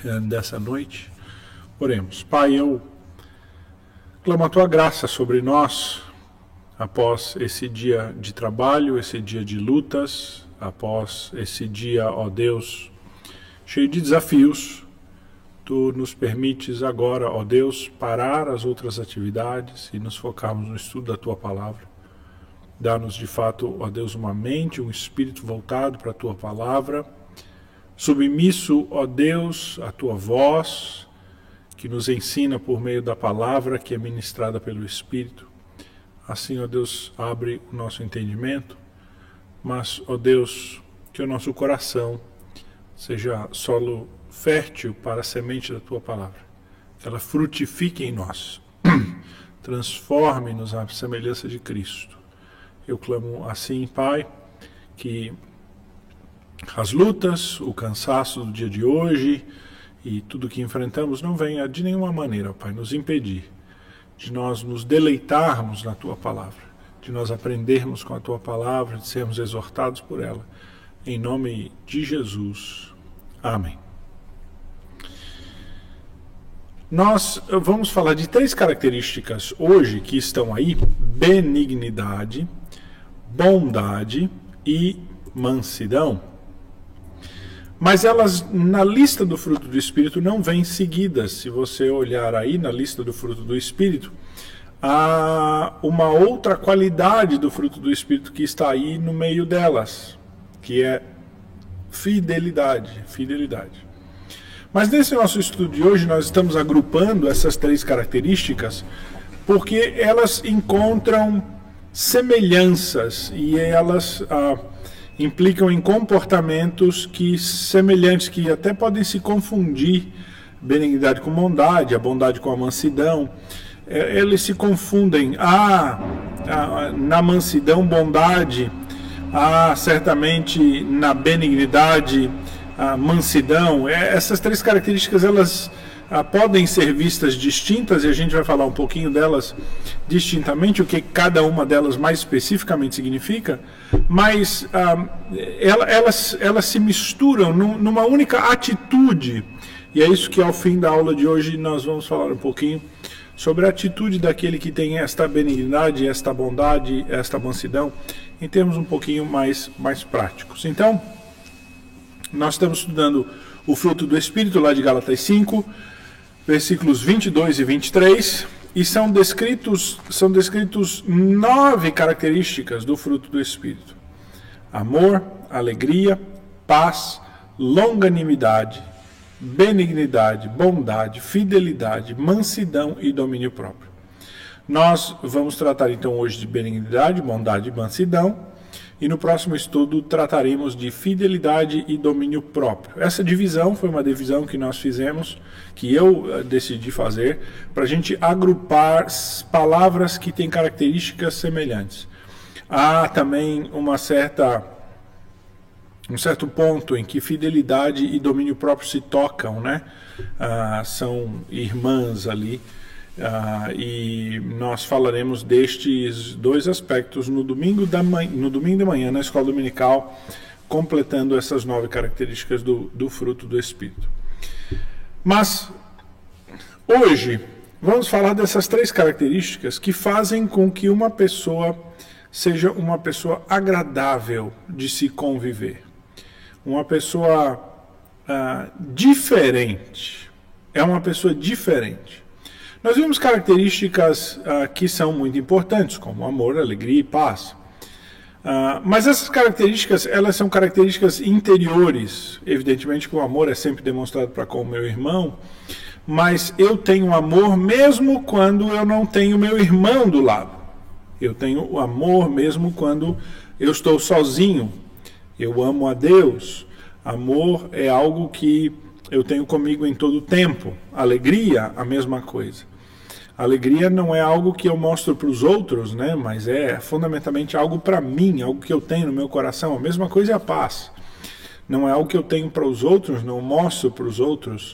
dessa noite. Oremos. Pai, eu clamo a Tua graça sobre nós, após esse dia de trabalho, esse dia de lutas, após esse dia, ó Deus, cheio de desafios. Tu nos permites agora, ó Deus, parar as outras atividades e nos focarmos no estudo da Tua Palavra. Dá-nos de fato, ó Deus, uma mente, um espírito voltado para a Tua Palavra, submisso, ó Deus, à Tua voz, que nos ensina por meio da Palavra que é ministrada pelo Espírito. Assim, ó Deus, abre o nosso entendimento, mas, ó Deus, que o nosso coração seja solo fértil para a semente da Tua Palavra, que ela frutifique em nós, transforme-nos à semelhança de Cristo. Eu clamo assim, Pai, que as lutas, o cansaço do dia de hoje e tudo que enfrentamos não venha de nenhuma maneira, Pai, nos impedir de nós nos deleitarmos na Tua Palavra, de nós aprendermos com a Tua Palavra, de sermos exortados por ela. Em nome de Jesus. Amém. Nós vamos falar de 3 características hoje que estão aí: benignidade, bondade e mansidão. Mas elas, na lista do fruto do Espírito, não vêm seguidas. Se você olhar aí na lista do fruto do Espírito, há uma outra qualidade do fruto do Espírito que está aí no meio delas, que é fidelidade. Mas nesse nosso estudo de hoje, nós estamos agrupando essas 3 características porque elas encontram semelhanças e elas implicam em comportamentos semelhantes, que até podem se confundir. Benignidade com bondade, a bondade com a mansidão, eles se confundem. Na mansidão, bondade, certamente na benignidade, a mansidão. Essas 3 características, elas podem ser vistas distintas, e a gente vai falar um pouquinho delas distintamente, o que cada uma delas mais especificamente significa, mas elas se misturam numa única atitude, e é isso que ao fim da aula de hoje nós vamos falar um pouquinho sobre a atitude daquele que tem esta benignidade, esta bondade, esta mansidão, em termos um pouquinho mais práticos. Então, nós estamos estudando o fruto do Espírito, lá de Gálatas 5, versículos 22 e 23, e são descritos 9 características do fruto do Espírito: amor, alegria, paz, longanimidade, benignidade, bondade, fidelidade, mansidão e domínio próprio. Nós vamos tratar então hoje de benignidade, bondade e mansidão, e no próximo estudo trataremos de fidelidade e domínio próprio. Essa divisão foi uma divisão que nós fizemos, que eu decidi fazer, para a gente agrupar palavras que têm características semelhantes. Há também um certo ponto em que fidelidade e domínio próprio se tocam, né? São irmãs ali. E nós falaremos destes 2 aspectos no domingo de manhã, na escola dominical, completando essas 9 características do fruto do Espírito. Mas hoje vamos falar dessas 3 características que fazem com que uma pessoa seja uma pessoa agradável de se conviver, uma pessoa diferente. É uma pessoa diferente. Nós vimos características que são muito importantes, como amor, alegria e paz. Mas essas características, elas são características interiores. Evidentemente que o amor é sempre demonstrado para com o meu irmão, mas eu tenho amor mesmo quando eu não tenho meu irmão do lado. Eu tenho o amor mesmo quando eu estou sozinho. Eu amo a Deus. Amor é algo que eu tenho comigo em todo o tempo. Alegria, a mesma coisa. Alegria não é algo que eu mostro para os outros, né? Mas é fundamentalmente algo para mim, algo que eu tenho no meu coração. A mesma coisa é a paz. Não é algo que eu tenho para os outros, não mostro para os outros.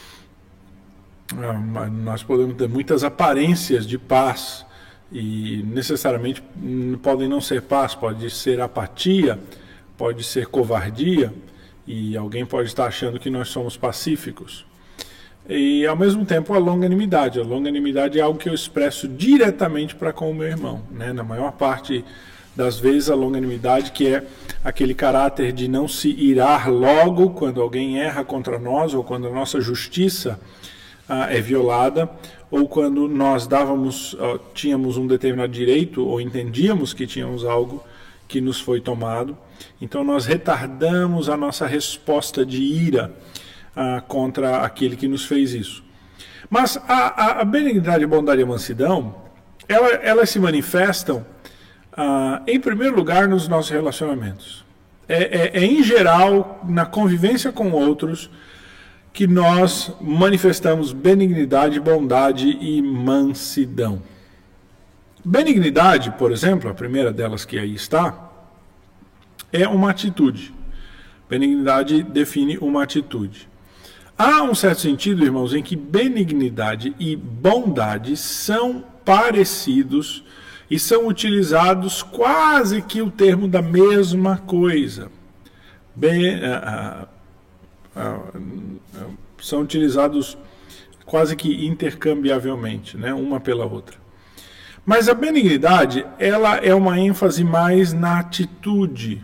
Nós podemos ter muitas aparências de paz e necessariamente podem não ser paz, pode ser apatia, pode ser covardia. E alguém pode estar achando que nós somos pacíficos. E ao mesmo tempo a longanimidade. A longanimidade é algo que eu expresso diretamente para com o meu irmão, né? Na maior parte das vezes a longanimidade, que é aquele caráter de não se irar logo quando alguém erra contra nós, ou quando a nossa justiça é violada, ou quando nós tínhamos um determinado direito, ou entendíamos que tínhamos algo que nos foi tomado. Então nós retardamos a nossa resposta de ira contra aquele que nos fez isso. Mas a benignidade, a bondade e a mansidão, elas se manifestam, em primeiro lugar, nos nossos relacionamentos. Em geral, na convivência com outros, que nós manifestamos benignidade, bondade e mansidão. Benignidade, por exemplo, a primeira delas que aí está, é uma atitude. Benignidade define uma atitude. Há um certo sentido, irmãos, em que benignidade e bondade são parecidos e são utilizados quase que o termo da mesma coisa. São utilizados quase que intercambiavelmente, né, uma pela outra. Mas a benignidade, ela é uma ênfase mais na atitude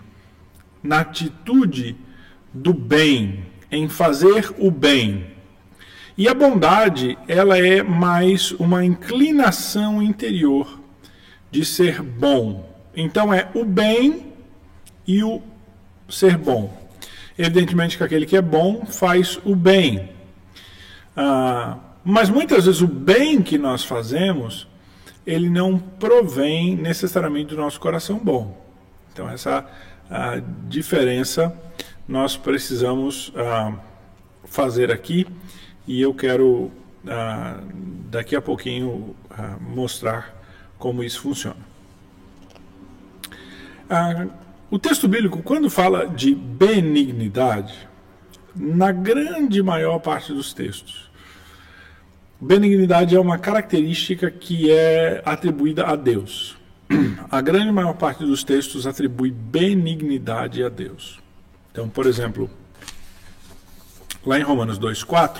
do bem, em fazer o bem. E a bondade, ela é mais uma inclinação interior de ser bom. Então é o bem e o ser bom. Evidentemente que aquele que é bom faz o bem. Mas muitas vezes o bem que nós fazemos, ele não provém necessariamente do nosso coração bom. Então essa diferença nós precisamos fazer aqui, e eu quero daqui a pouquinho mostrar como isso funciona. O texto bíblico, quando fala de benignidade, na grande maior parte dos textos, benignidade é uma característica que é atribuída a Deus. A grande maior parte dos textos atribui benignidade a Deus. Então, por exemplo, lá em Romanos 2,4,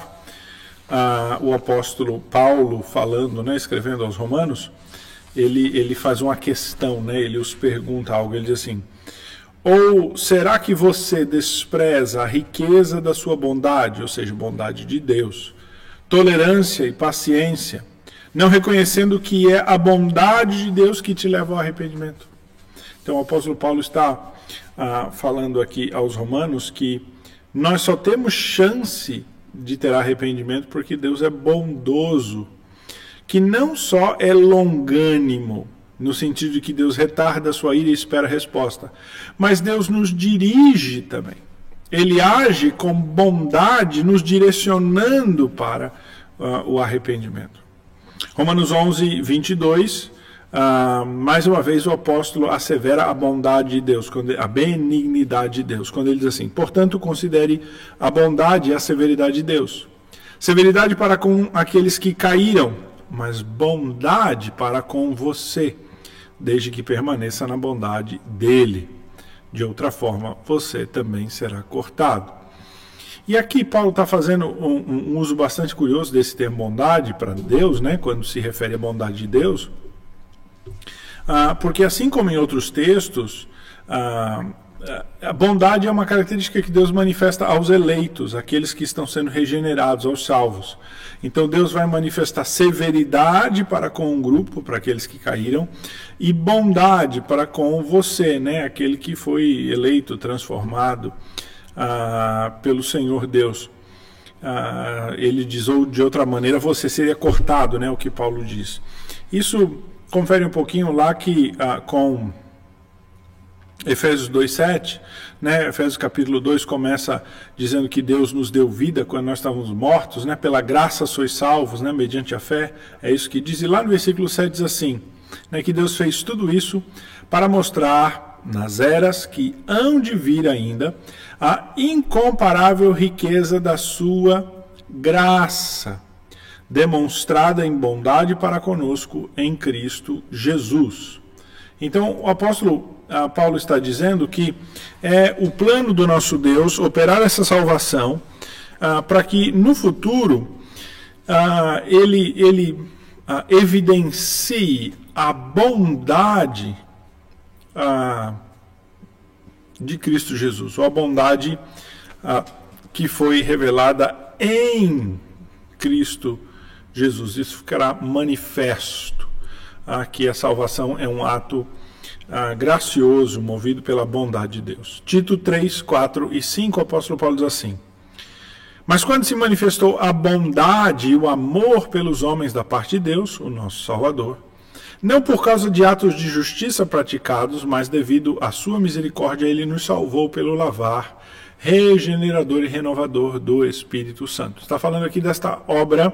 o apóstolo Paulo falando, né, escrevendo aos Romanos, ele faz uma questão, né, ele os pergunta algo, ele diz assim: ou será que você despreza a riqueza da sua bondade, ou seja, bondade de Deus, tolerância e paciência, não reconhecendo que é a bondade de Deus que te leva ao arrependimento? Então o apóstolo Paulo está falando aqui aos romanos que nós só temos chance de ter arrependimento porque Deus é bondoso, que não só é longânimo, no sentido de que Deus retarda a sua ira e espera a resposta, mas Deus nos dirige também. Ele age com bondade, nos direcionando para o arrependimento. Romanos 11, 22, mais uma vez o apóstolo assevera a bondade de Deus, a benignidade de Deus, quando ele diz assim: portanto, considere a bondade e a severidade de Deus. Severidade para com aqueles que caíram, mas bondade para com você, desde que permaneça na bondade dele. De outra forma, você também será cortado. E aqui Paulo está fazendo um uso bastante curioso desse termo bondade para Deus, né, quando se refere à bondade de Deus, porque assim como em outros textos, a bondade é uma característica que Deus manifesta aos eleitos, aqueles que estão sendo regenerados, aos salvos. Então Deus vai manifestar severidade para com um grupo, para aqueles que caíram, e bondade para com você, né, aquele que foi eleito, transformado pelo Senhor Deus. Ele diz, ou de outra maneira, você seria cortado, né, o que Paulo diz. Isso confere um pouquinho lá que com Efésios 2,7, né, Efésios capítulo 2 começa dizendo que Deus nos deu vida quando nós estávamos mortos, né, pela graça sois salvos, né, mediante a fé, é isso que diz. E lá no versículo 7 diz assim, né, que Deus fez tudo isso para mostrar nas eras que hão de vir ainda a incomparável riqueza da sua graça, demonstrada em bondade para conosco em Cristo Jesus. Então o apóstolo Paulo está dizendo que é o plano do nosso Deus operar essa salvação para que no futuro ele evidencie a bondade de Cristo Jesus, ou a bondade que foi revelada em Cristo Jesus. Isso ficará manifesto, que a salvação é um ato gracioso, movido pela bondade de Deus. Tito 3, 4 e 5, o apóstolo Paulo diz assim: mas quando se manifestou a bondade e o amor pelos homens da parte de Deus, o nosso Salvador, não por causa de atos de justiça praticados, mas devido à sua misericórdia, ele nos salvou pelo lavar regenerador e renovador do Espírito Santo. Está falando aqui desta obra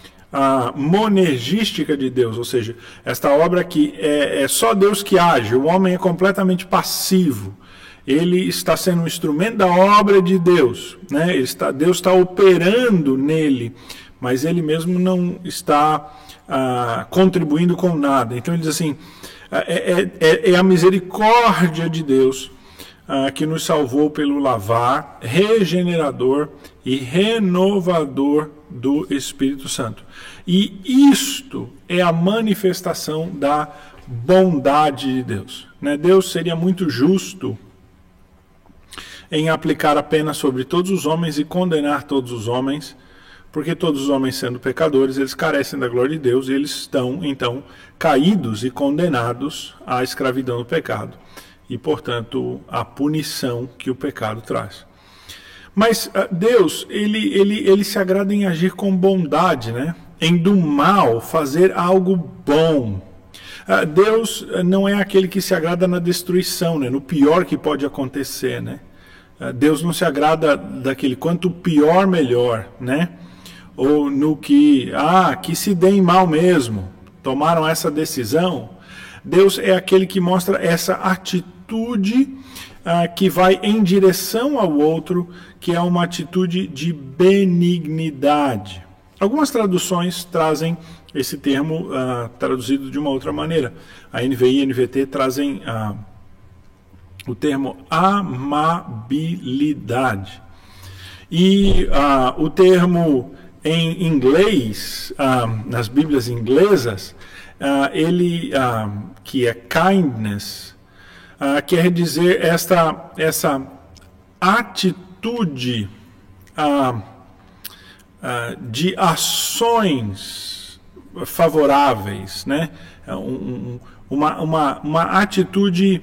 monergística de Deus, ou seja, esta obra que é só Deus que age, o homem é completamente passivo. Ele está sendo um instrumento da obra de Deus, né? Deus está operando nele, mas ele mesmo não está contribuindo com nada. Então ele diz assim, é a misericórdia de Deus que nos salvou pelo lavar regenerador e renovador do Espírito Santo. E isto é a manifestação da bondade de Deus, né? Deus seria muito justo em aplicar a pena sobre todos os homens e condenar todos os homens, porque todos os homens, sendo pecadores, eles carecem da glória de Deus e eles estão, então, caídos e condenados à escravidão do pecado e, portanto, à punição que o pecado traz. Mas Deus, ele se agrada em agir com bondade, né? Em do mal fazer algo bom. Deus não é aquele que se agrada na destruição, né? No pior que pode acontecer, né? Deus não se agrada daquele quanto pior, melhor, né? Ou no que se deem mal mesmo, tomaram essa decisão. Deus é aquele que mostra essa atitude que vai em direção ao outro, que é uma atitude de benignidade. Algumas traduções trazem esse termo traduzido de uma outra maneira. A NVI e a NVT trazem o termo amabilidade. E o termo em inglês, nas Bíblias inglesas, que é kindness, quer dizer essa atitude de ações favoráveis, né? Uma atitude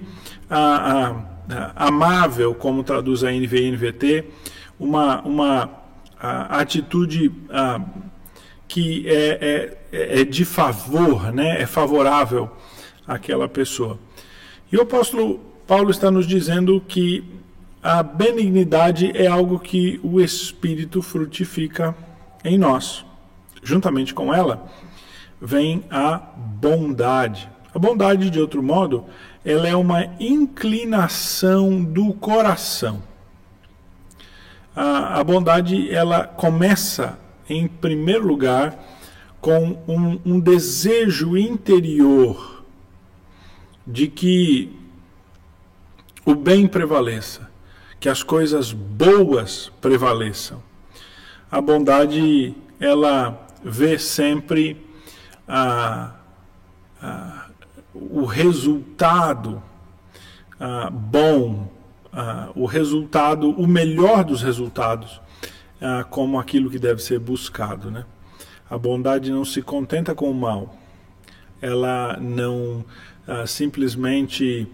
amável, como traduz a NVI e NVT, uma atitude que é de favor, né? É favorável àquela pessoa. E o apóstolo Paulo está nos dizendo que a benignidade é algo que o Espírito frutifica em nós. Juntamente com ela, vem a bondade. A bondade, de outro modo, ela é uma inclinação do coração. A bondade, ela começa, em primeiro lugar, com um desejo interior de que o bem prevaleça, que as coisas boas prevaleçam. A bondade, ela vê sempre o resultado bom, o melhor dos resultados, como aquilo que deve ser buscado, né? A bondade não se contenta com o mal, ela não simplesmente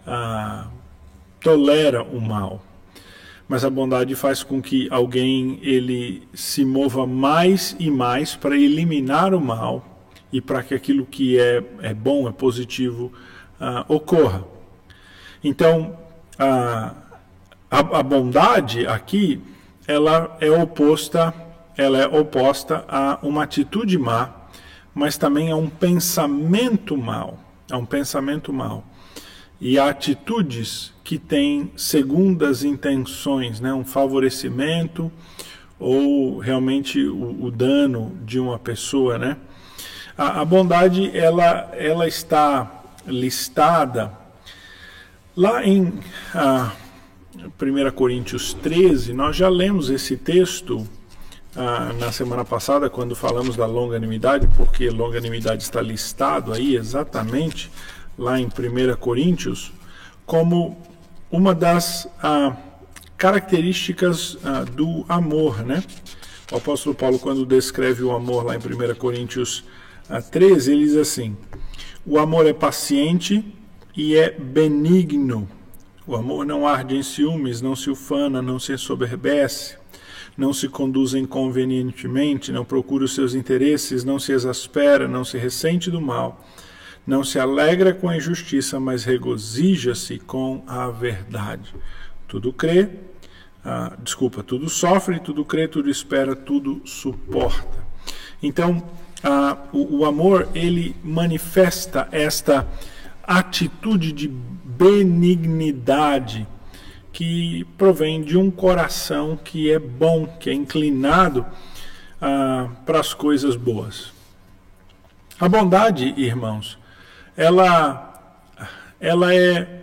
tolera o mal, mas a bondade faz com que alguém ele se mova mais e mais para eliminar o mal e para que aquilo que é bom, é positivo, ocorra. Então, a bondade aqui, ela é oposta a uma atitude má, mas também a um pensamento mau. E há atitudes que têm segundas intenções, né? Um favorecimento ou realmente o dano de uma pessoa, né? A bondade, ela está listada Lá em 1 Coríntios 13, nós já lemos esse texto na semana passada, quando falamos da longanimidade, porque longanimidade está listado aí exatamente lá em 1 Coríntios, como uma das características do amor, né? O apóstolo Paulo, quando descreve o amor lá em 1 Coríntios 13, ele diz assim: o amor é paciente e é benigno. O amor não arde em ciúmes, não se ufana, não se ensoberbece, não se conduz inconvenientemente, não procura os seus interesses, não se exaspera, não se ressente do mal, não se alegra com a injustiça, mas regozija-se com a verdade. Tudo crê, tudo sofre, tudo crê, tudo espera, tudo suporta. Então, o amor, ele manifesta esta atitude de benignidade que provém de um coração que é bom, que é inclinado para as coisas boas. A bondade, irmãos, ela é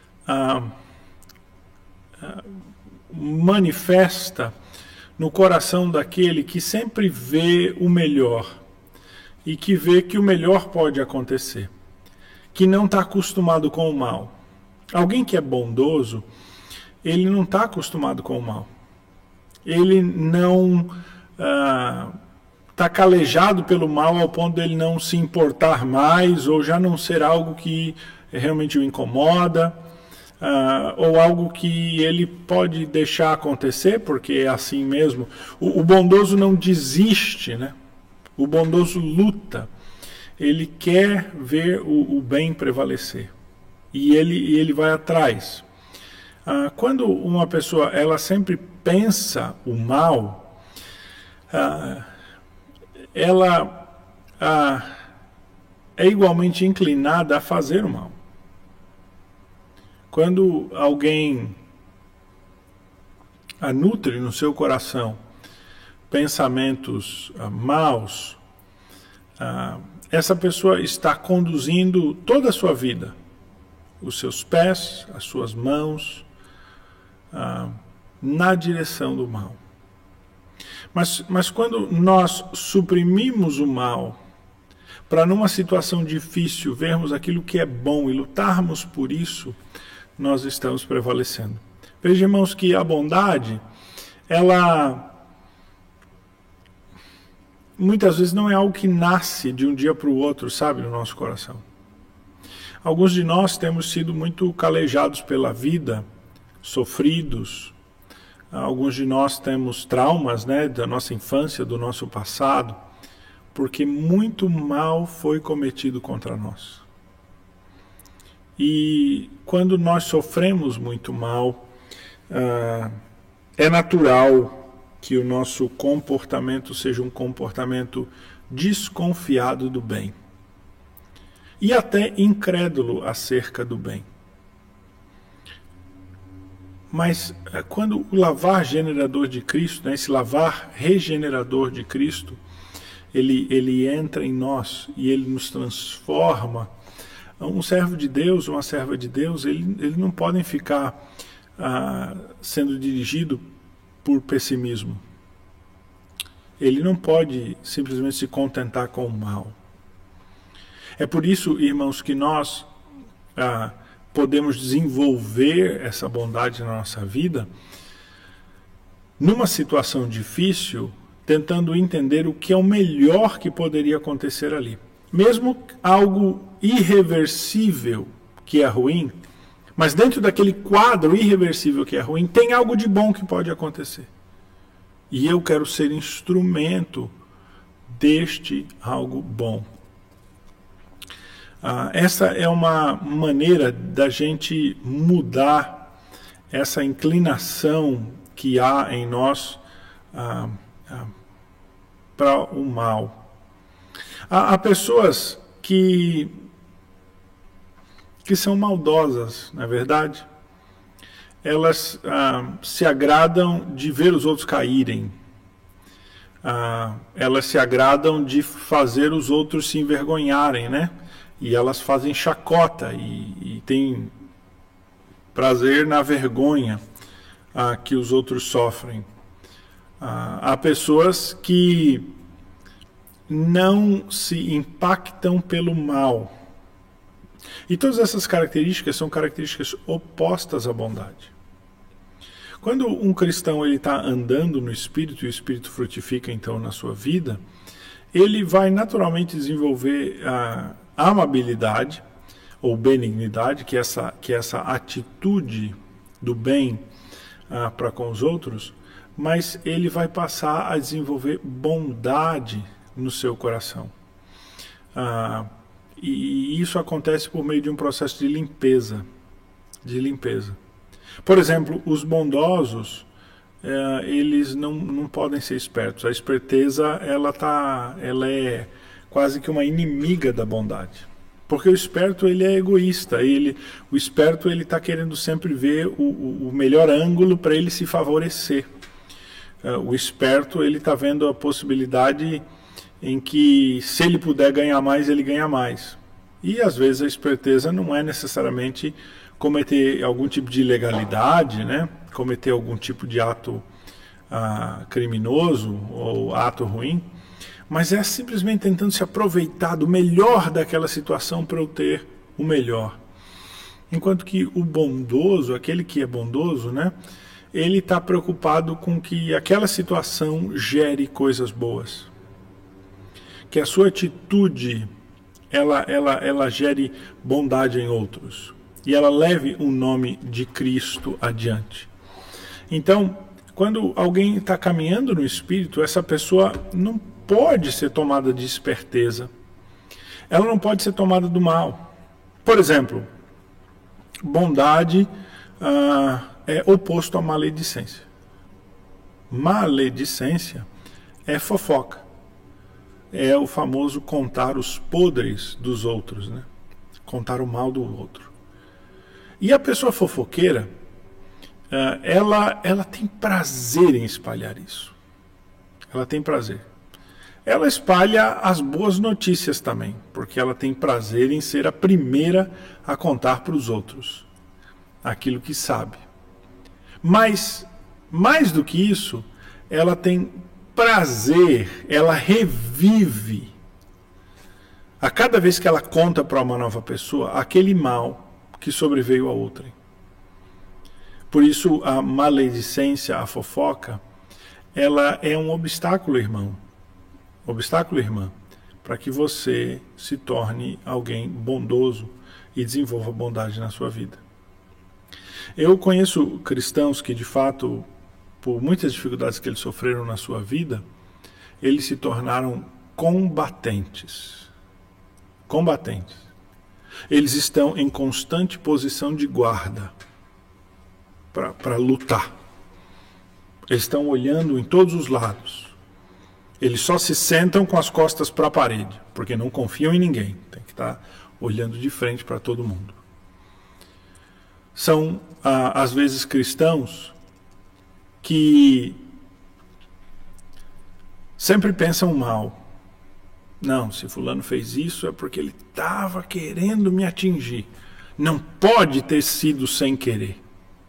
manifesta no coração daquele que sempre vê o melhor e que vê que o melhor pode acontecer, que não está acostumado com o mal. Alguém que é bondoso, ele não está acostumado com o mal. Ele não está calejado pelo mal ao ponto de ele não se importar mais, ou já não ser algo que realmente o incomoda, ou algo que ele pode deixar acontecer, porque é assim mesmo. O bondoso não desiste, né? O bondoso luta. Ele quer ver o bem prevalecer. E ele vai atrás. Quando uma pessoa ela sempre pensa o mal, ela é igualmente inclinada a fazer o mal. Quando alguém nutre no seu coração pensamentos maus, essa pessoa está conduzindo toda a sua vida, os seus pés, as suas mãos, na direção do mal. Mas quando nós suprimimos o mal, para numa situação difícil vermos aquilo que é bom e lutarmos por isso, nós estamos prevalecendo. Veja, irmãos, que a bondade, ela muitas vezes não é algo que nasce de um dia para o outro, sabe, no nosso coração. Alguns de nós temos sido muito calejados pela vida, sofridos. Alguns de nós temos traumas, né, da nossa infância, do nosso passado, porque muito mal foi cometido contra nós. E quando nós sofremos muito mal, é natural que o nosso comportamento seja um comportamento desconfiado do bem. E até incrédulo acerca do bem. Mas quando o lavar generador de Cristo, né, esse lavar regenerador de Cristo, ele entra em nós e ele nos transforma. Um servo de Deus, uma serva de Deus, eles não podem ficar sendo dirigido por pessimismo. Ele não pode simplesmente se contentar com o mal. É por isso, irmãos, que nós podemos desenvolver essa bondade na nossa vida numa situação difícil, tentando entender o que é o melhor que poderia acontecer ali. Mesmo algo irreversível que é ruim, mas dentro daquele quadro irreversível que é ruim, tem algo de bom que pode acontecer. E eu quero ser instrumento deste algo bom. Essa é uma maneira da gente mudar essa inclinação que há em nós para o mal. Há pessoas que são maldosas, não é verdade? Elas se agradam de ver os outros caírem. Elas se agradam de fazer os outros se envergonharem, né? E elas fazem chacota e tem prazer na vergonha que os outros sofrem. Há pessoas que não se impactam pelo mal. E todas essas características são características opostas à bondade. Quando um cristão está andando no Espírito, e o Espírito frutifica então na sua vida, ele vai naturalmente desenvolver a amabilidade ou benignidade, que é essa atitude do bem para com os outros, mas ele vai passar a desenvolver bondade no seu coração. E isso acontece por meio de um processo de limpeza. Por exemplo, os bondosos, eles não podem ser espertos. A esperteza ela é quase que uma inimiga da bondade. Porque o esperto ele é egoísta. O esperto ele está querendo sempre ver o melhor ângulo para ele se favorecer. O esperto ele está vendo a possibilidade em que, se ele puder ganhar mais, ele ganha mais. E às vezes a esperteza não é necessariamente cometer algum tipo de ilegalidade, né? Cometer algum tipo de ato criminoso ou ato ruim, mas é simplesmente tentando se aproveitar do melhor daquela situação para eu ter o melhor. Enquanto que o bondoso, aquele que é bondoso, né? Ele está preocupado com que aquela situação gere coisas boas. Que a sua atitude ela gere bondade em outros. E ela leve o nome de Cristo adiante. Então, quando alguém está caminhando no Espírito, essa pessoa não pode ser tomada de esperteza. Ela não pode ser tomada do mal. Por exemplo, bondade é oposto à maledicência. Maledicência é fofoca. É o famoso contar os podres dos outros, né? Contar o mal do outro. E a pessoa fofoqueira, ela tem prazer em espalhar isso. Ela tem prazer. Ela espalha as boas notícias também, porque ela tem prazer em ser a primeira a contar para os outros aquilo que sabe. Mas, mais do que isso, ela tem prazer, ela revive. A cada vez que ela conta para uma nova pessoa aquele mal que sobreveio a outrem. Por isso a maledicência, a fofoca, ela é um obstáculo, irmão. Obstáculo, irmã, para que você se torne alguém bondoso e desenvolva bondade na sua vida. Eu conheço cristãos que, de fato, por muitas dificuldades que eles sofreram na sua vida, eles se tornaram combatentes. Combatentes. Eles estão em constante posição de guarda para lutar. Eles estão olhando em todos os lados. Eles só se sentam com as costas para a parede, porque não confiam em ninguém. Tem que estar olhando de frente para todo mundo. São, às vezes, cristãos que sempre pensam mal. Não, se fulano fez isso é porque ele estava querendo me atingir. Não pode ter sido sem querer.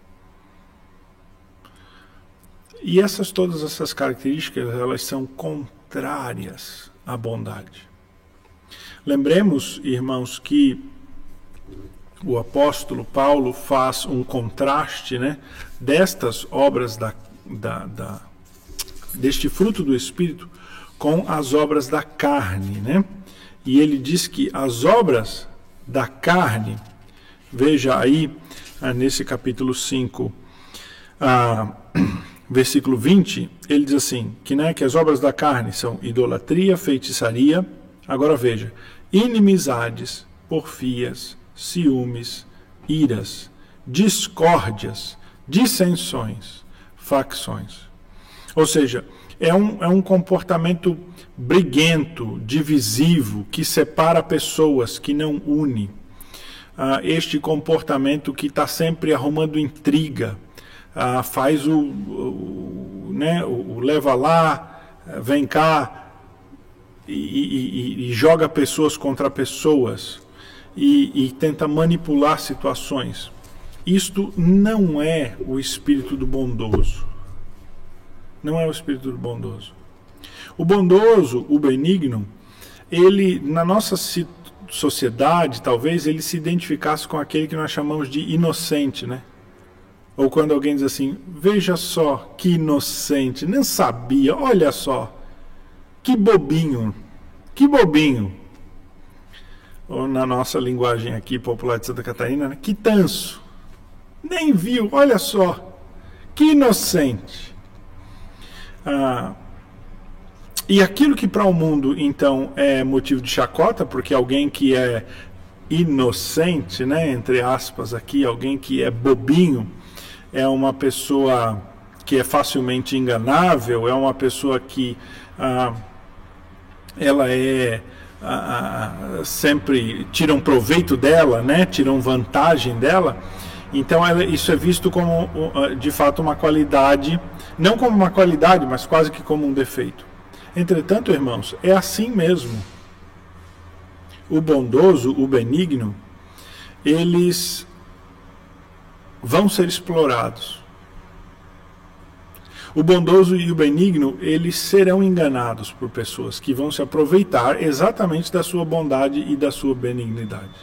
E todas essas características, elas são contrárias à bondade. Lembremos, irmãos, que o apóstolo Paulo faz um contraste, né, destas obras deste fruto do Espírito com as obras da carne, né? E ele diz que as obras da carne, veja aí nesse capítulo 5, versículo 20, ele diz assim, que as obras da carne são idolatria, feitiçaria, agora veja, inimizades, porfias, ciúmes, iras, discórdias, dissensões, facções. Ou seja, é um comportamento briguento, divisivo, que separa pessoas, que não une. Este comportamento que está sempre arrumando intriga, faz o leva lá, vem cá, e joga pessoas contra pessoas, e tenta manipular situações. isto não é o espírito do bondoso. Não é o espírito do bondoso. O bondoso, o benigno, ele, na nossa sociedade, talvez, ele se identificasse com aquele que nós chamamos de inocente, né? Ou quando alguém diz assim, veja só que inocente, nem sabia, olha só, que bobinho, que bobinho. Ou na nossa linguagem aqui popular de Santa Catarina, né? Que tanso, nem viu, olha só, que inocente. E aquilo que para o mundo, então, é motivo de chacota, porque alguém que é inocente, né, entre aspas aqui, alguém que é bobinho, é uma pessoa que é facilmente enganável, é uma pessoa que ela é sempre tiram proveito dela, né, tiram vantagem dela. Então isso é visto como de fato uma qualidade, não como uma qualidade, mas quase que como um defeito. Entretanto, irmãos, é assim mesmo. O bondoso, o benigno, eles vão ser explorados. O bondoso e o benigno, eles serão enganados por pessoas que vão se aproveitar exatamente da sua bondade e da sua benignidade.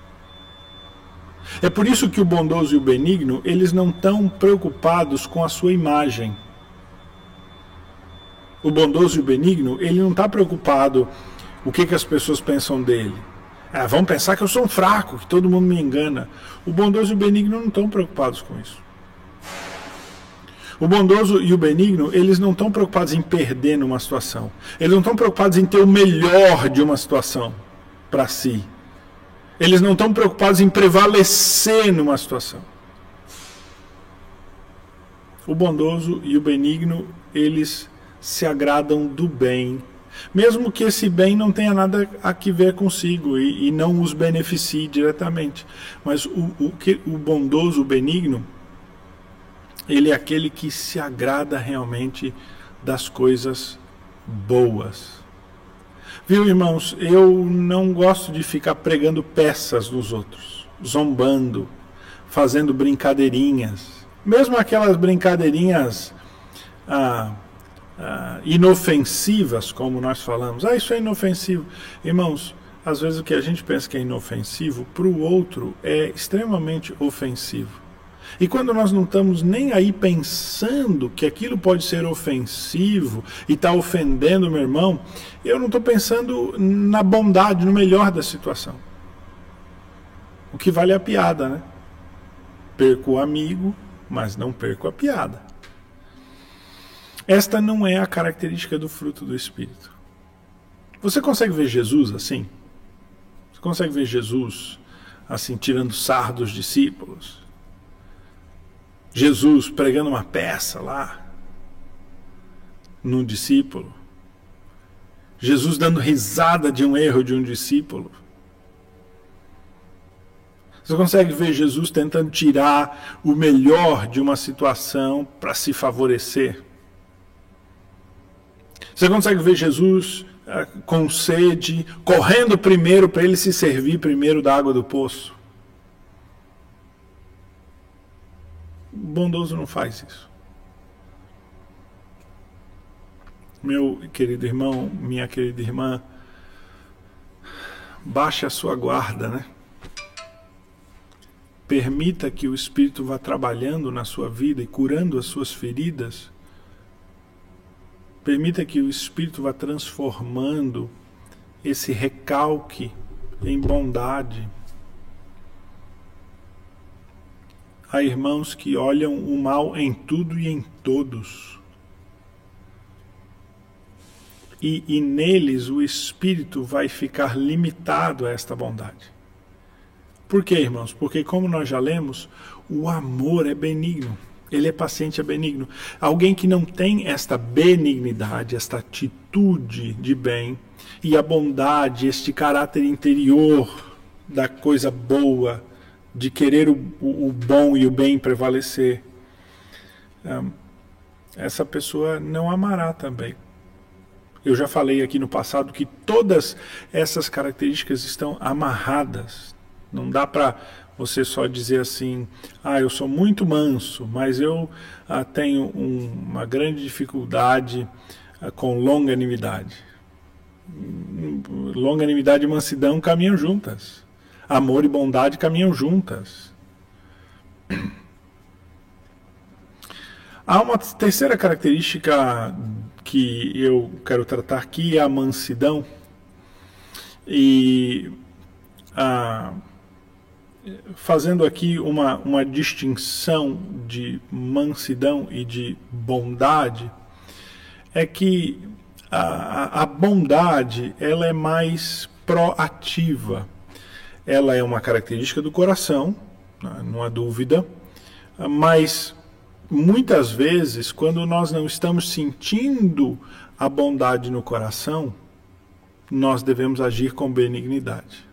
É por isso que o bondoso e o benigno, eles não estão preocupados com a sua imagem. O bondoso e o benigno, ele não está preocupado o que as pessoas pensam dele. Vão pensar que eu sou um fraco, que todo mundo me engana. O bondoso e o benigno não estão preocupados com isso. O bondoso e o benigno, eles não estão preocupados em perder numa situação. Eles não estão preocupados em ter o melhor de uma situação para si. Eles não estão preocupados em prevalecer numa situação. O bondoso e o benigno, eles se agradam do bem, mesmo que esse bem não tenha nada a que ver consigo e não os beneficie diretamente. Mas o bondoso, o benigno, ele é aquele que se agrada realmente das coisas boas. Viu, irmãos, eu não gosto de ficar pregando peças nos outros, zombando, fazendo brincadeirinhas, mesmo aquelas brincadeirinhas inofensivas, como nós falamos. Isso é inofensivo. Irmãos, às vezes o que a gente pensa que é inofensivo, para o outro é extremamente ofensivo. E quando nós não estamos nem aí pensando que aquilo pode ser ofensivo e está ofendendo o meu irmão, eu não estou pensando na bondade, no melhor da situação. O que vale é a piada, né? Perco o amigo, mas não perco a piada. Esta não é a característica do fruto do Espírito. Você consegue ver Jesus assim? Você consegue ver Jesus assim, tirando sarro dos discípulos? Jesus pregando uma peça lá num discípulo? Jesus dando risada de um erro de um discípulo? Você consegue ver Jesus tentando tirar o melhor de uma situação para se favorecer? Você consegue ver Jesus com sede, correndo primeiro para ele se servir primeiro da água do poço? O bondoso não faz isso. Meu querido irmão, minha querida irmã, baixe a sua guarda, né? Permita que o Espírito vá trabalhando na sua vida e curando as suas feridas. Permita que o Espírito vá transformando esse recalque em bondade. Há irmãos que olham o mal em tudo e em todos. E neles o Espírito vai ficar limitado a esta bondade. Por quê, irmãos? Porque, como nós já lemos, o amor é benigno. Ele é paciente, é benigno. Alguém que não tem esta benignidade, esta atitude de bem, e a bondade, este caráter interior da coisa boa, de querer o bom e o bem prevalecer, essa pessoa não amará também. Eu já falei aqui no passado que todas essas características estão amarradas. Não dá para você só dizer assim, eu sou muito manso, mas eu tenho uma grande dificuldade com longanimidade. Longanimidade e mansidão caminham juntas. Amor e bondade caminham juntas. Há uma terceira característica que eu quero tratar aqui, é a mansidão. E fazendo aqui uma distinção de mansidão e de bondade, é que a bondade, ela é mais proativa. Ela é uma característica do coração, não há dúvida, mas muitas vezes, quando nós não estamos sentindo a bondade no coração, nós devemos agir com benignidade.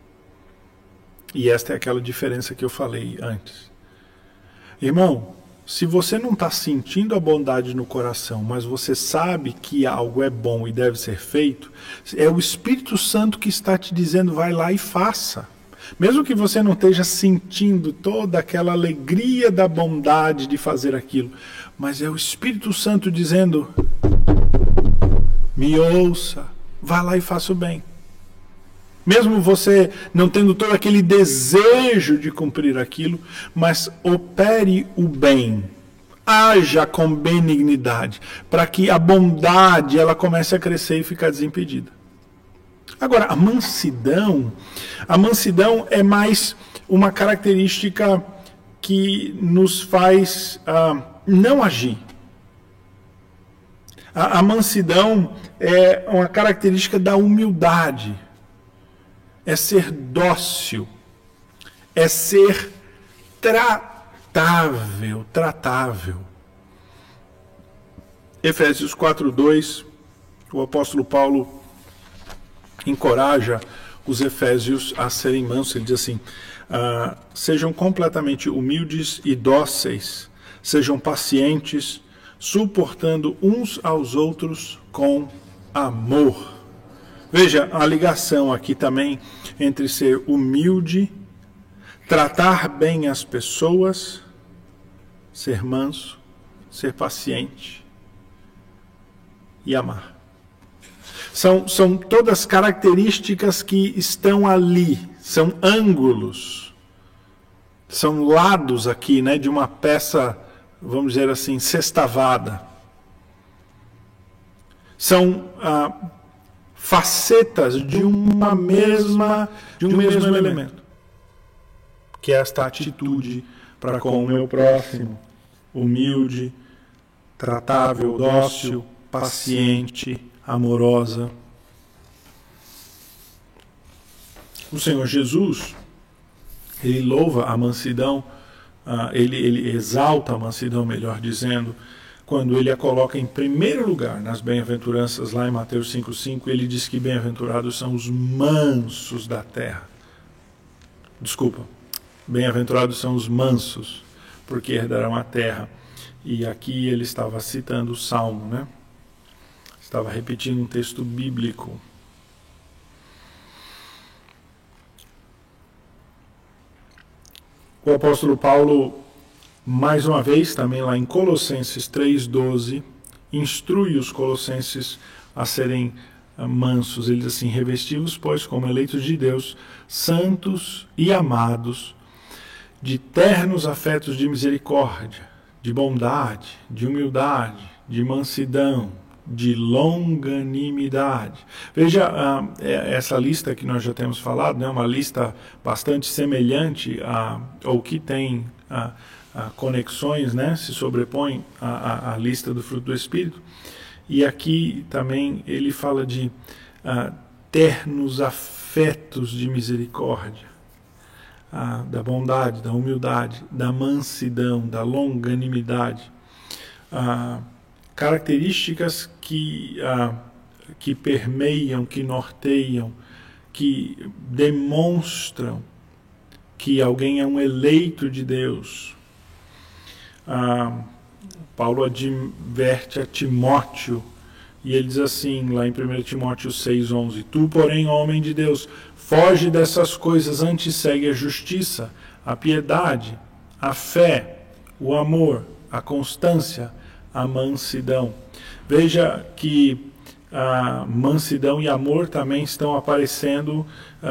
E esta é aquela diferença que eu falei antes. Irmão, se você não está sentindo a bondade no coração, mas você sabe que algo é bom e deve ser feito, é o Espírito Santo que está te dizendo, vai lá e faça. Mesmo que você não esteja sentindo toda aquela alegria da bondade de fazer aquilo, mas é o Espírito Santo dizendo, me ouça, vá lá e faça o bem. Mesmo você não tendo todo aquele desejo de cumprir aquilo, mas opere o bem, haja com benignidade, para que a bondade ela comece a crescer e ficar desimpedida. Agora, a mansidão é mais uma característica que nos faz não agir. A mansidão é uma característica da humildade. É ser dócil, é ser tratável. Efésios 4:2, o apóstolo Paulo encoraja os efésios a serem mansos. Ele diz assim, sejam completamente humildes e dóceis, sejam pacientes, suportando uns aos outros com amor. Veja a ligação aqui também entre ser humilde, tratar bem as pessoas, ser manso, ser paciente e amar. São todas características que estão ali, são ângulos, são lados aqui, né, de uma peça, vamos dizer assim, sextavada. São facetas de um mesmo elemento, que é esta atitude para com o meu próximo, humilde, tratável, dócil, paciente, amorosa. O Senhor Jesus, ele louva a mansidão, ele exalta a mansidão, melhor dizendo, quando ele a coloca em primeiro lugar nas bem-aventuranças, lá em Mateus 5,5, ele diz que bem-aventurados são os mansos da terra. Desculpa, bem-aventurados são os mansos, porque herdarão a terra. E aqui ele estava citando o Salmo, né? Estava repetindo um texto bíblico. O apóstolo Paulo, mais uma vez, também lá em Colossenses 3,12, instrui os colossenses a serem mansos. Ele diz assim, revesti-vos, pois, como eleitos de Deus, santos e amados, de ternos afetos de misericórdia, de bondade, de humildade, de mansidão, de longanimidade. Veja essa lista que nós já temos falado, né, uma lista bastante semelhante ou que tem conexões, né, se sobrepõe à lista do fruto do Espírito. E aqui também ele fala de ternos afetos de misericórdia, da bondade, da humildade, da mansidão, da longanimidade, características que permeiam, que norteiam, que demonstram que alguém é um eleito de Deus. Paulo adverte a Timóteo, e ele diz assim, lá em 1 Timóteo 6,11, tu, porém, homem de Deus, foge dessas coisas, antes segue a justiça, a piedade, a fé, o amor, a constância, a mansidão. Veja que a mansidão e amor também estão aparecendo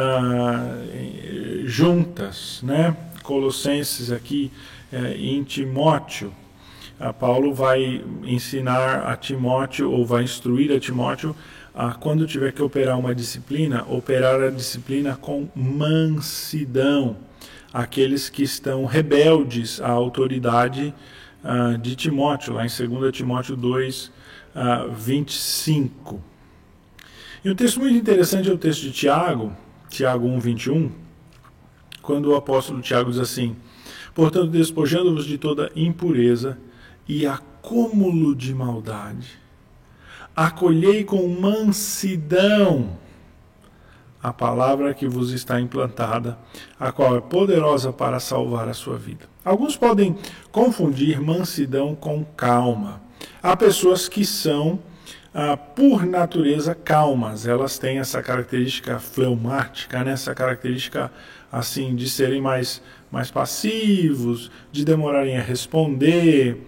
juntas, né? Colossenses aqui em Timóteo. Paulo vai ensinar a Timóteo, ou vai instruir a Timóteo, quando tiver que operar uma disciplina, operar a disciplina com mansidão. Aqueles que estão rebeldes à autoridade de Timóteo, lá em 2 Timóteo 2, 25. E um texto muito interessante é o texto de Tiago, Tiago 1, 21, quando o apóstolo Tiago diz assim: portanto, despojando-vos de toda impureza e acúmulo de maldade, acolhei com mansidão a palavra que vos está implantada, a qual é poderosa para salvar a sua vida. Alguns podem confundir mansidão com calma. Há pessoas que são, por natureza, calmas. Elas têm essa característica fleumática, né? Essa característica assim de serem mais passivos, de demorarem a responder,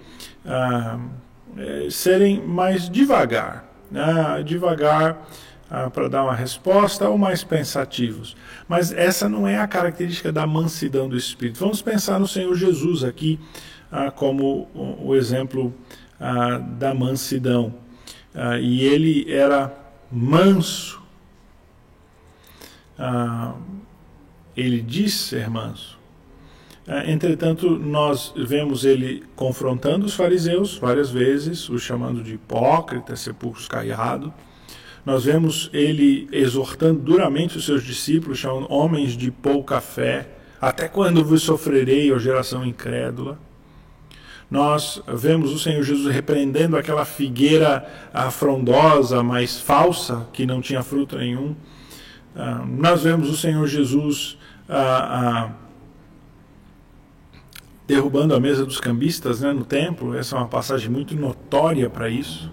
serem mais devagar, devagar para dar uma resposta, ou mais pensativos. Mas essa não é a característica da mansidão do Espírito. Vamos pensar no Senhor Jesus aqui como o exemplo da mansidão. E ele era manso. Ele diz ser manso. Entretanto, nós vemos ele confrontando os fariseus várias vezes, os chamando de hipócritas, sepulcros caiados. Nós vemos ele exortando duramente os seus discípulos, chamando homens de pouca fé. Até quando vos sofrerei, ó geração incrédula? Nós vemos o Senhor Jesus repreendendo aquela figueira frondosa, mas falsa, que não tinha fruto nenhum. Nós vemos o Senhor Jesus derrubando a mesa dos cambistas, né, no templo. Essa é uma passagem muito notória para isso.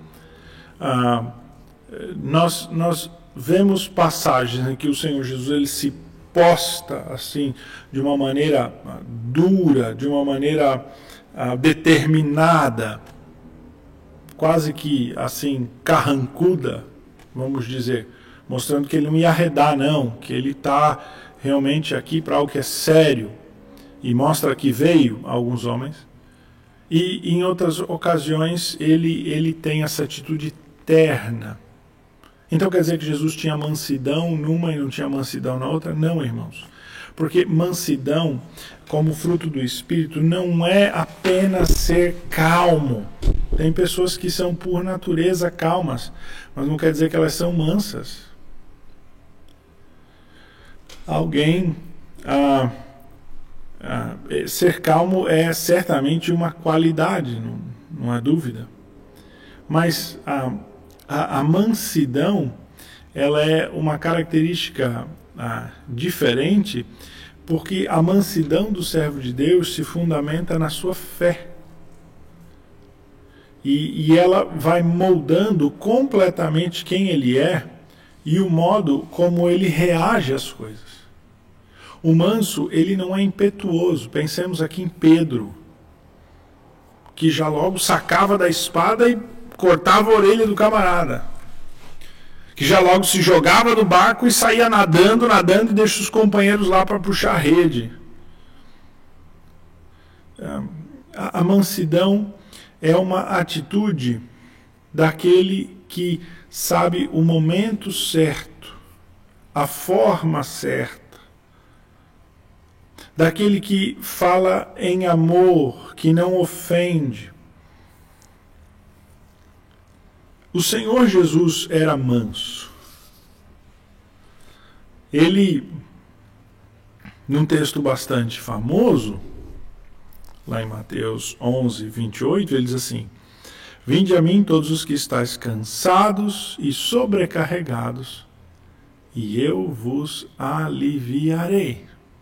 Nós vemos passagens em que o Senhor Jesus ele se posta assim de uma maneira dura, de uma maneira determinada, quase que assim carrancuda, vamos dizer, mostrando que ele não ia arredar não, que ele está realmente aqui para algo que é sério, e mostra que veio a alguns homens. E em outras ocasiões ele tem essa atitude terna. Então quer dizer que Jesus tinha mansidão numa e não tinha mansidão na outra? Não, irmãos. Porque mansidão, como fruto do Espírito, não é apenas ser calmo. Tem pessoas que são por natureza calmas, mas não quer dizer que elas são mansas. Ser calmo é certamente uma qualidade, não há dúvida. Mas a mansidão, ela é uma característica diferente, porque a mansidão do servo de Deus se fundamenta na sua fé. E ela vai moldando completamente quem ele é e o modo como ele reage às coisas. O manso, ele não é impetuoso. Pensemos aqui em Pedro, que já logo sacava da espada e cortava a orelha do camarada, que já logo se jogava do barco e saía nadando e deixa os companheiros lá para puxar a rede. A mansidão é uma atitude daquele que sabe o momento certo, a forma certa, daquele que fala em amor, que não ofende. O Senhor Jesus era manso. Ele, num texto bastante famoso, lá em Mateus 11, 28, ele diz assim: vinde a mim todos os que estáis cansados e sobrecarregados, e eu vos aliviarei.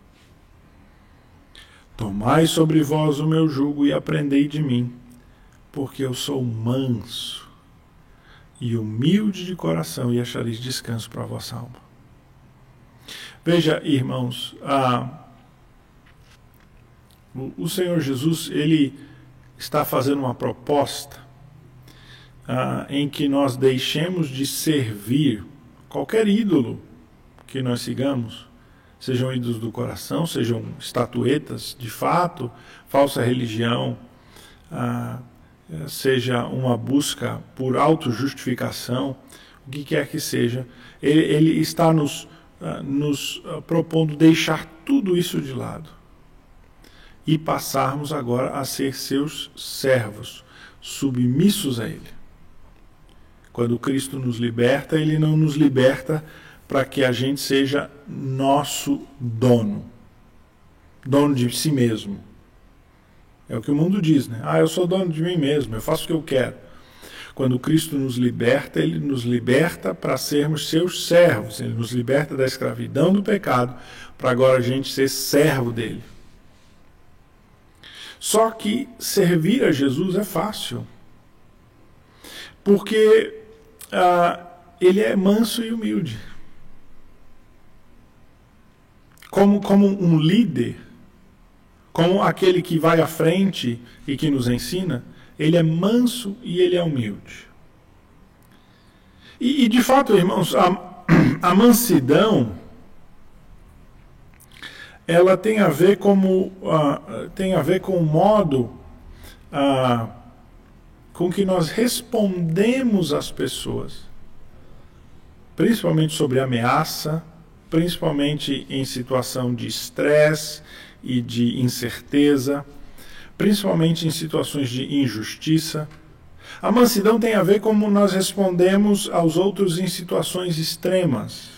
Tomai sobre vós o meu jugo e aprendei de mim, porque eu sou manso e humilde de coração, e achareis descanso para a vossa alma. Veja, irmãos, O Senhor Jesus, ele está fazendo uma proposta em que nós deixemos de servir qualquer ídolo que nós sigamos, sejam ídolos do coração, sejam estatuetas de fato, falsa religião, seja uma busca por autojustificação, o que quer que seja. Ele está nos propondo deixar tudo isso de lado e passarmos agora a ser seus servos, submissos a Ele. Quando Cristo nos liberta, Ele não nos liberta para que a gente seja nosso dono de si mesmo. É o que o mundo diz, né? Eu sou dono de mim mesmo, eu faço o que eu quero. Quando Cristo nos liberta, Ele nos liberta para sermos seus servos. Ele nos liberta da escravidão do pecado, para agora a gente ser servo dele. Só que servir a Jesus é fácil, porque ele é manso e humilde. Como um líder, como aquele que vai à frente e que nos ensina, ele é manso e ele é humilde. E de fato, irmãos, a mansidão, ela tem a ver com o modo com que nós respondemos às pessoas, principalmente sobre ameaça, principalmente em situação de estresse e de incerteza, principalmente em situações de injustiça. A mansidão tem a ver como nós respondemos aos outros em situações extremas.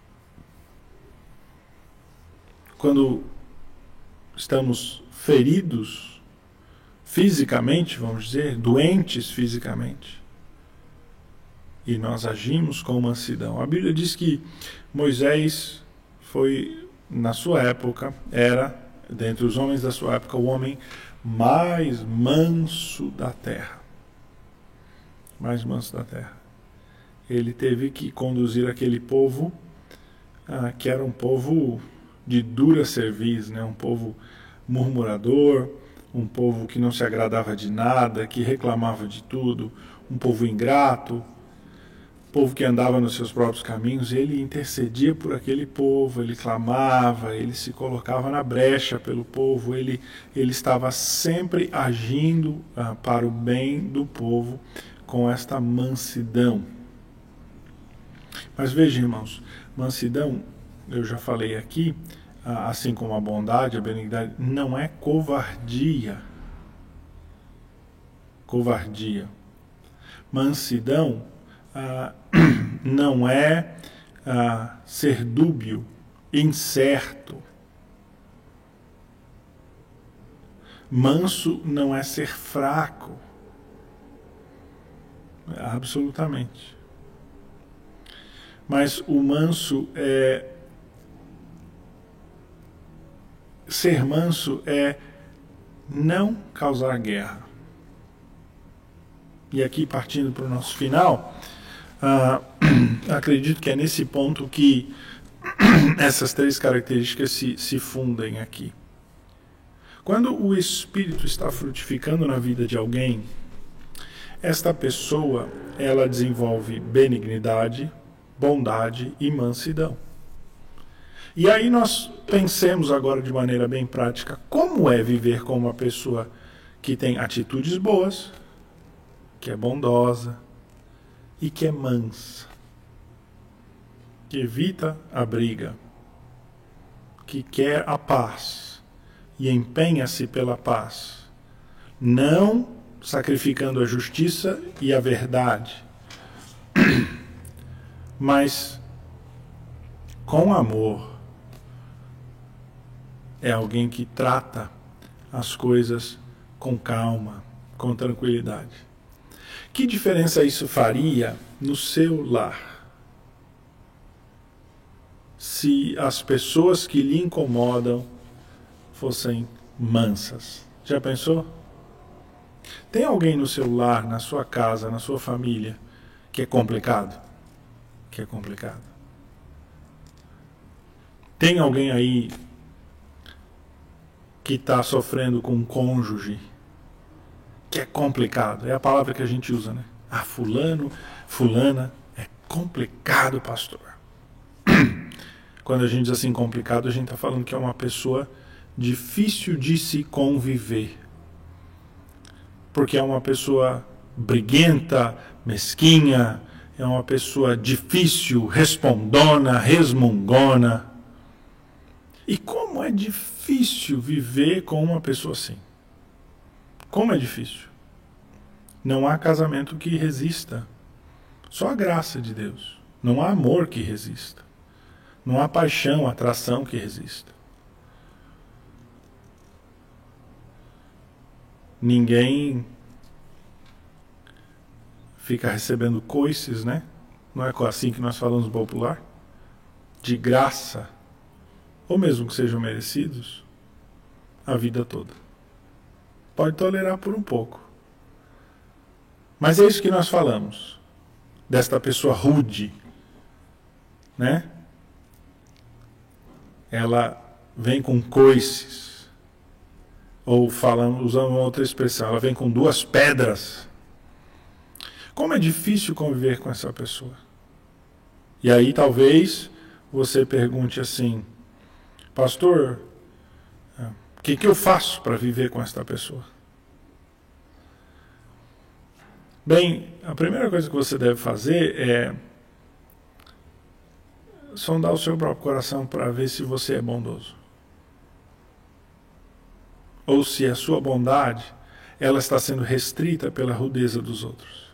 Quando estamos feridos fisicamente, vamos dizer, doentes fisicamente, e nós agimos com mansidão. A Bíblia diz que Moisés foi, na sua época, era, dentre os homens da sua época, o homem mais manso da terra. Mais manso da terra. Ele teve que conduzir aquele povo, que era um povo de dura cerviz, né? Um povo murmurador, um povo que não se agradava de nada, que reclamava de tudo, um povo ingrato, povo que andava nos seus próprios caminhos. Ele intercedia por aquele povo, ele clamava, ele se colocava na brecha pelo povo, ele estava sempre agindo para o bem do povo com esta mansidão. Mas veja, irmãos, mansidão, eu já falei aqui, assim como a bondade, a benignidade, não é covardia. Covardia. Mansidão não é ser dúbio, incerto. Manso não é ser fraco. Absolutamente. Mas o manso ser manso é não causar guerra. E aqui, partindo para o nosso final, acredito que é nesse ponto que essas três características se fundem aqui. Quando o Espírito está frutificando na vida de alguém, esta pessoa, ela desenvolve benignidade, bondade e mansidão. E aí nós pensemos agora de maneira bem prática, como é viver com uma pessoa que tem atitudes boas, que é bondosa e que é mansa, que evita a briga, que quer a paz e empenha-se pela paz, não sacrificando a justiça e a verdade, mas com amor. É alguém que trata as coisas com calma, com tranquilidade. Que diferença isso faria no seu lar? Se as pessoas que lhe incomodam fossem mansas. Já pensou? Tem alguém no seu lar, na sua casa, na sua família, que é complicado? Que é complicado. Tem alguém aí que está sofrendo com um cônjuge que é complicado. É a palavra que a gente usa, né? Ah, fulano, fulana, é complicado, pastor. Quando a gente diz assim complicado, a gente está falando que é uma pessoa difícil de se conviver. Porque é uma pessoa briguenta, mesquinha, é uma pessoa difícil, respondona, resmungona. E como é difícil viver com uma pessoa assim? Como é difícil? Não há casamento que resista. Só a graça de Deus. Não há amor que resista. Não há paixão, atração que resista. Ninguém fica recebendo coices, né? Não é assim que nós falamos no popular? De graça, ou mesmo que sejam merecidos, a vida toda. Pode tolerar por um pouco. Mas é isso que nós falamos, desta pessoa rude, né? Ela vem com coices, ou falando, usando uma outra expressão, ela vem com 2 pedras. Como é difícil conviver com essa pessoa. E aí talvez você pergunte assim, pastor, o que eu faço para viver com esta pessoa? Bem, a primeira coisa que você deve fazer é sondar o seu próprio coração para ver se você é bondoso. Ou se a sua bondade ela está sendo restrita pela rudeza dos outros.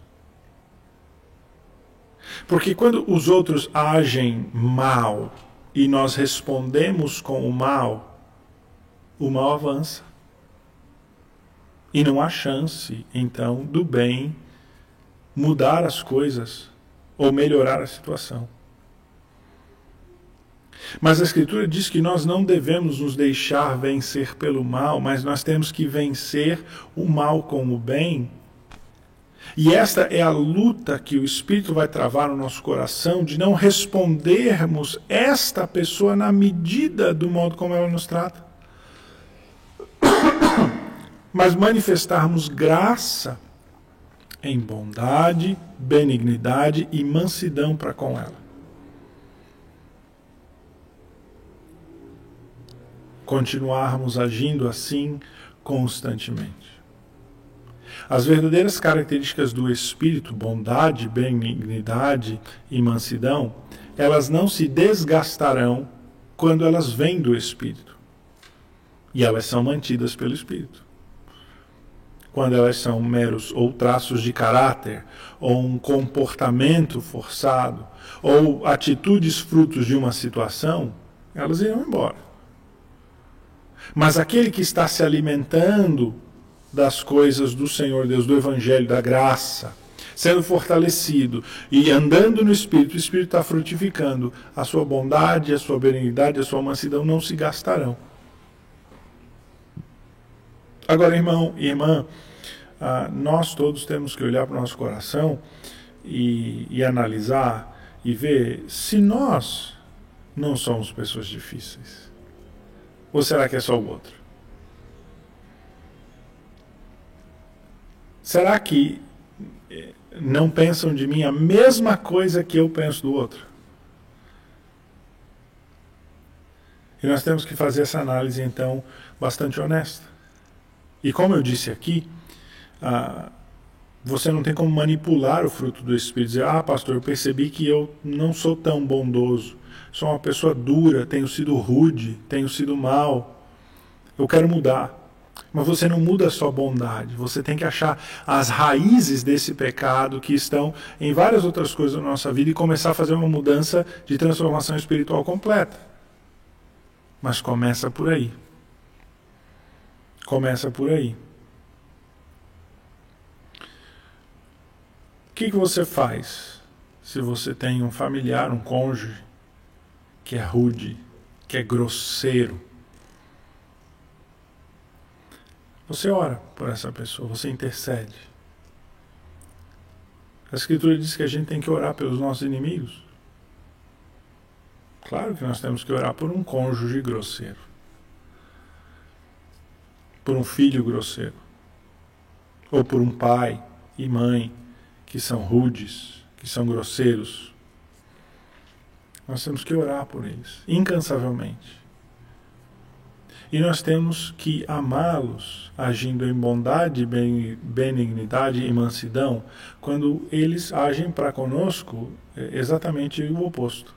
Porque quando os outros agem mal e nós respondemos com o mal avança. E não há chance, então, do bem mudar as coisas ou melhorar a situação. Mas a Escritura diz que nós não devemos nos deixar vencer pelo mal, mas nós temos que vencer o mal com o bem. E esta é a luta que o Espírito vai travar no nosso coração, de não respondermos esta pessoa na medida do modo como ela nos trata, mas manifestarmos graça em bondade, benignidade e mansidão para com ela. Continuarmos agindo assim constantemente. As verdadeiras características do Espírito, bondade, benignidade e mansidão, elas não se desgastarão quando elas vêm do Espírito. E elas são mantidas pelo Espírito. Quando elas são meros ou traços de caráter, ou um comportamento forçado, ou atitudes frutos de uma situação, elas irão embora. Mas aquele que está se alimentando das coisas do Senhor Deus, do Evangelho, da graça, sendo fortalecido e andando no Espírito, o Espírito está frutificando, a sua bondade, a sua benignidade, a sua mansidão não se gastarão. Agora, irmão e irmã, nós todos temos que olhar para o nosso coração e analisar e ver se nós não somos pessoas difíceis. Ou será que é só o outro? Será que não pensam de mim a mesma coisa que eu penso do outro? E nós temos que fazer essa análise, então, bastante honesta. E como eu disse aqui, você não tem como manipular o fruto do Espírito. Dizer, pastor, eu percebi que eu não sou tão bondoso. Sou uma pessoa dura, tenho sido rude, tenho sido mal. Eu quero mudar. Mas você não muda só bondade. Você tem que achar as raízes desse pecado que estão em várias outras coisas da nossa vida e começar a fazer uma mudança de transformação espiritual completa. Mas começa por aí. Começa por aí. O que você faz se você tem um familiar, um cônjuge, que é rude, que é grosseiro? Você ora por essa pessoa, você intercede. A Escritura diz que a gente tem que orar pelos nossos inimigos. Claro que nós temos que orar por um cônjuge grosseiro. por um filho grosseiro, ou por um pai e mãe que são rudes, que são grosseiros. Nós temos que orar por eles, incansavelmente. E nós temos que amá-los, agindo em bondade, benignidade e mansidão, quando eles agem para conosco exatamente o oposto.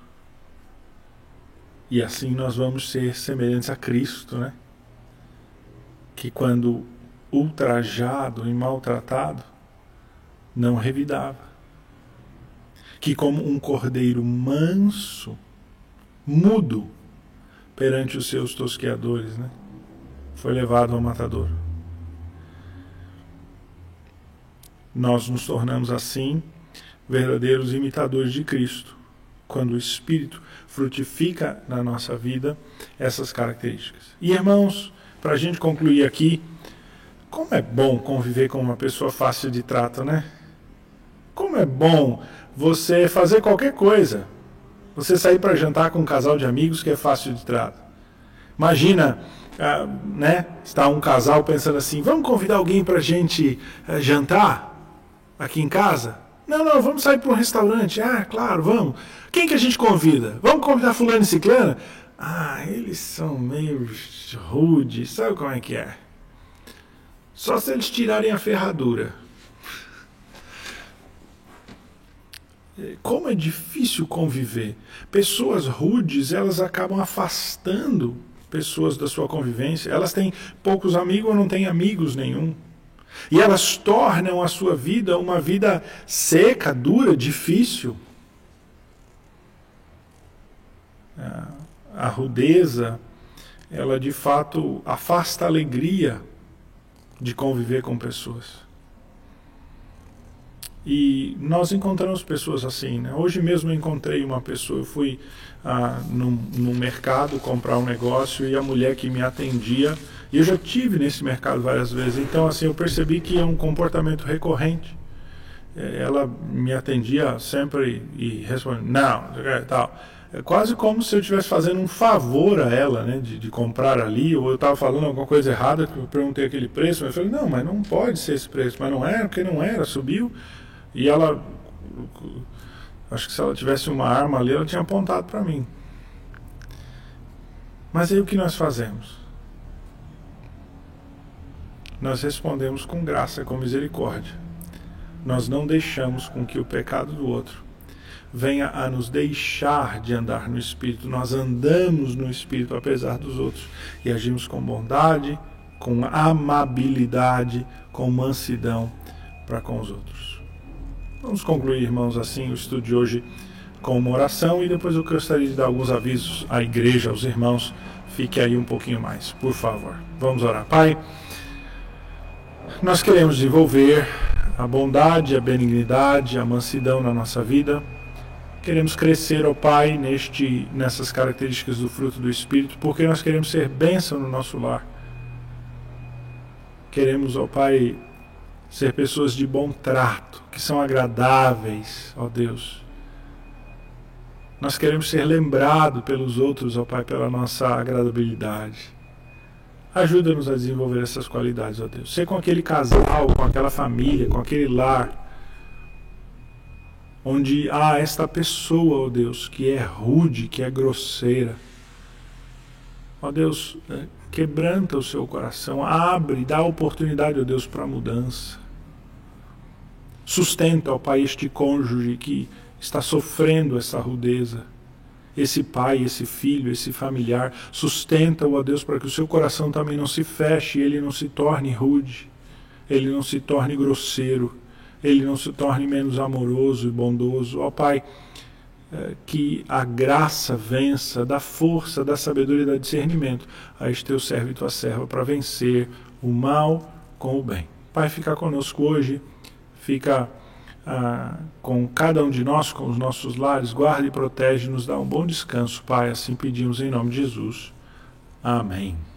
E assim nós vamos ser semelhantes a Cristo, né? Que quando ultrajado e maltratado, não revidava. Que como um cordeiro manso, mudo, perante os seus tosqueadores, né? Foi levado ao matador. Nós nos tornamos assim verdadeiros imitadores de Cristo, quando o Espírito frutifica na nossa vida essas características. E irmãos, para a gente concluir aqui, como é bom conviver com uma pessoa fácil de trato, né? Como é bom você fazer qualquer coisa. Você sair para jantar com um casal de amigos que é fácil de trato. Imagina, né? Está um casal pensando assim, vamos convidar alguém para a gente jantar aqui em casa? Não, vamos sair para um restaurante. Ah, claro, vamos. Quem que a gente convida? Vamos convidar fulano e ciclana? Ah, eles são meio rudes, sabe como é que é? Só se eles tirarem a ferradura. Como é difícil conviver. Pessoas rudes, elas acabam afastando pessoas da sua convivência. Elas têm poucos amigos ou não têm amigos nenhum. E elas tornam a sua vida uma vida seca, dura, difícil. A rudeza, ela de fato afasta a alegria de conviver com pessoas. E nós encontramos pessoas assim, né? Hoje mesmo eu encontrei uma pessoa, eu fui num mercado comprar um negócio e a mulher que me atendia, e eu já tive nesse mercado várias vezes, então assim eu percebi que é um comportamento recorrente. Ela me atendia sempre e respondia, não, tal. É quase como se eu estivesse fazendo um favor a ela, né, de comprar ali, ou eu estava falando alguma coisa errada, que eu perguntei aquele preço, mas eu falei, não, mas não pode ser esse preço, mas não era, porque não era, subiu. E ela, acho que se ela tivesse uma arma ali, ela tinha apontado para mim. Mas aí o que nós fazemos? Nós respondemos com graça, com misericórdia. Nós não deixamos com que o pecado do outro venha a nos deixar de andar no Espírito. Nós andamos no Espírito apesar dos outros e agimos com bondade, com amabilidade, com mansidão para com os outros. Vamos concluir, irmãos, assim o estudo de hoje com uma oração e depois eu gostaria de dar alguns avisos à igreja, aos irmãos. Fique aí um pouquinho mais, por favor. Vamos orar. Pai, nós queremos desenvolver a bondade, a benignidade, a mansidão na nossa vida. Queremos crescer, ó Pai, nessas características do fruto do Espírito, porque nós queremos ser bênção no nosso lar. Queremos, ó Pai, ser pessoas de bom trato, que são agradáveis, ó Deus. Nós queremos ser lembrados pelos outros, ó Pai, pela nossa agradabilidade. Ajuda-nos a desenvolver essas qualidades, ó Deus. Ser com aquele casal, com aquela família, com aquele lar, onde há esta pessoa, ó Deus, que é rude, que é grosseira. Ó Deus, quebranta o seu coração, abre, dá oportunidade, ó Deus, para a mudança. Sustenta, ó Pai, este cônjuge que está sofrendo essa rudeza. Esse pai, esse filho, esse familiar. Sustenta-o, ó Deus, para que o seu coração também não se feche, ele não se torne rude, ele não se torne grosseiro, ele não se torne menos amoroso e bondoso. Ó Pai, que a graça vença, dá força, dá sabedoria e dá discernimento a este teu servo e tua serva para vencer o mal com o bem. Pai, fica conosco hoje, fica com cada um de nós, com os nossos lares, guarda e protege, nos dá um bom descanso, Pai, assim pedimos em nome de Jesus. Amém.